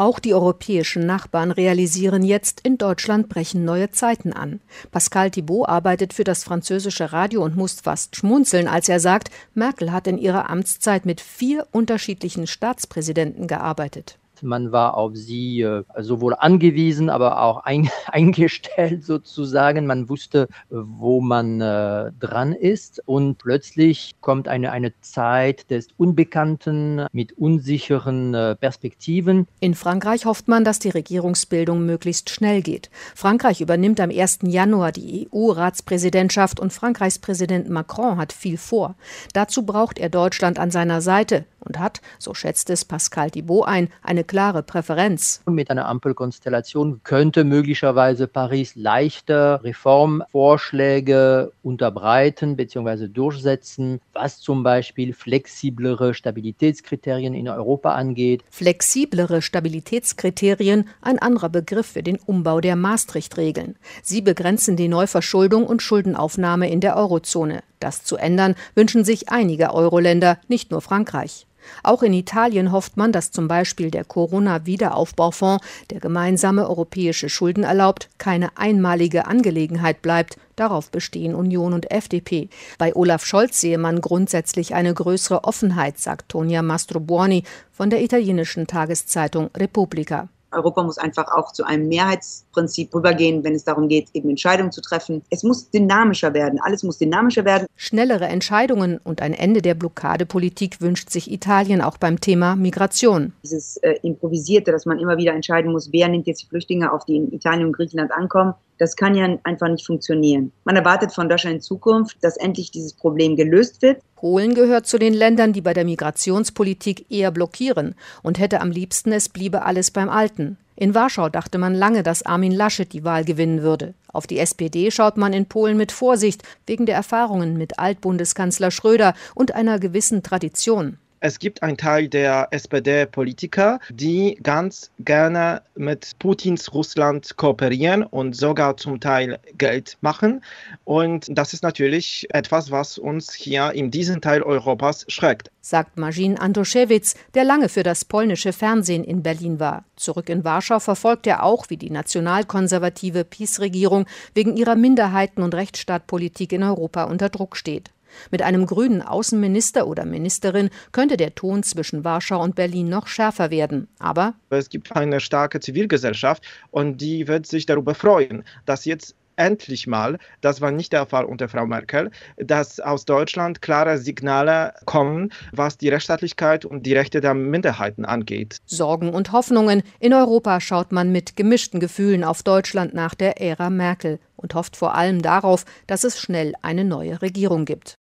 Auch die europäischen Nachbarn realisieren jetzt, in Deutschland brechen neue Zeiten an. Pascal Thibaut arbeitet für das französische Radio und muss fast schmunzeln, als er sagt, Merkel hat in ihrer Amtszeit mit 4 unterschiedlichen Staatspräsidenten gearbeitet. Man war auf sie sowohl angewiesen, aber auch eingestellt sozusagen. Man wusste, wo man dran ist. Und plötzlich kommt eine Zeit des Unbekannten mit unsicheren Perspektiven. In Frankreich hofft man, dass die Regierungsbildung möglichst schnell geht. Frankreich übernimmt am 1. Januar die EU-Ratspräsidentschaft und Frankreichs Präsident Macron hat viel vor. Dazu braucht er Deutschland an seiner Seite und hat, so schätzt es Pascal Thibaut ein, eine klare Präferenz. Mit einer Ampelkonstellation könnte möglicherweise Paris leichter Reformvorschläge unterbreiten bzw. durchsetzen, was zum Beispiel flexiblere Stabilitätskriterien in Europa angeht. Flexiblere Stabilitätskriterien, ein anderer Begriff für den Umbau der Maastricht-Regeln. Sie begrenzen die Neuverschuldung und Schuldenaufnahme in der Eurozone. Das zu ändern, wünschen sich einige Euro-Länder, nicht nur Frankreich. Auch in Italien hofft man, dass zum Beispiel der Corona-Wiederaufbaufonds, der gemeinsame europäische Schulden erlaubt, keine einmalige Angelegenheit bleibt. Darauf bestehen Union und FDP. Bei Olaf Scholz sehe man grundsätzlich eine größere Offenheit, sagt Tonia Mastrobuoni von der italienischen Tageszeitung Repubblica. Europa muss einfach auch zu einem Mehrheitsprinzip rübergehen, wenn es darum geht, eben Entscheidungen zu treffen. Es muss dynamischer werden, alles muss dynamischer werden. Schnellere Entscheidungen und ein Ende der Blockadepolitik wünscht sich Italien auch beim Thema Migration. Dieses Improvisierte, dass man immer wieder entscheiden muss, wer nimmt jetzt die Flüchtlinge auf, die in Italien und Griechenland ankommen, das kann ja einfach nicht funktionieren. Man erwartet von Deutschland in Zukunft, dass endlich dieses Problem gelöst wird. Polen gehört zu den Ländern, die bei der Migrationspolitik eher blockieren und hätte am liebsten, es bliebe alles beim Alten. In Warschau dachte man lange, dass Armin Laschet die Wahl gewinnen würde. Auf die SPD schaut man in Polen mit Vorsicht, wegen der Erfahrungen mit Altbundeskanzler Schröder und einer gewissen Tradition. Es gibt einen Teil der SPD-Politiker, die ganz gerne mit Putins Russland kooperieren und sogar zum Teil Geld machen. Und das ist natürlich etwas, was uns hier in diesem Teil Europas schreckt, sagt Maciej Antoszewicz, der lange für das polnische Fernsehen in Berlin war. Zurück in Warschau verfolgt er auch, wie die nationalkonservative PiS-Regierung wegen ihrer Minderheiten- und Rechtsstaatpolitik in Europa unter Druck steht. Mit einem grünen Außenminister oder Ministerin könnte der Ton zwischen Warschau und Berlin noch schärfer werden. Aber es gibt eine starke Zivilgesellschaft und die wird sich darüber freuen, dass jetzt endlich mal, das war nicht der Fall unter Frau Merkel, dass aus Deutschland klare Signale kommen, was die Rechtsstaatlichkeit und die Rechte der Minderheiten angeht. Sorgen und Hoffnungen. In Europa schaut man mit gemischten Gefühlen auf Deutschland nach der Ära Merkel und hofft vor allem darauf, dass es schnell eine neue Regierung gibt.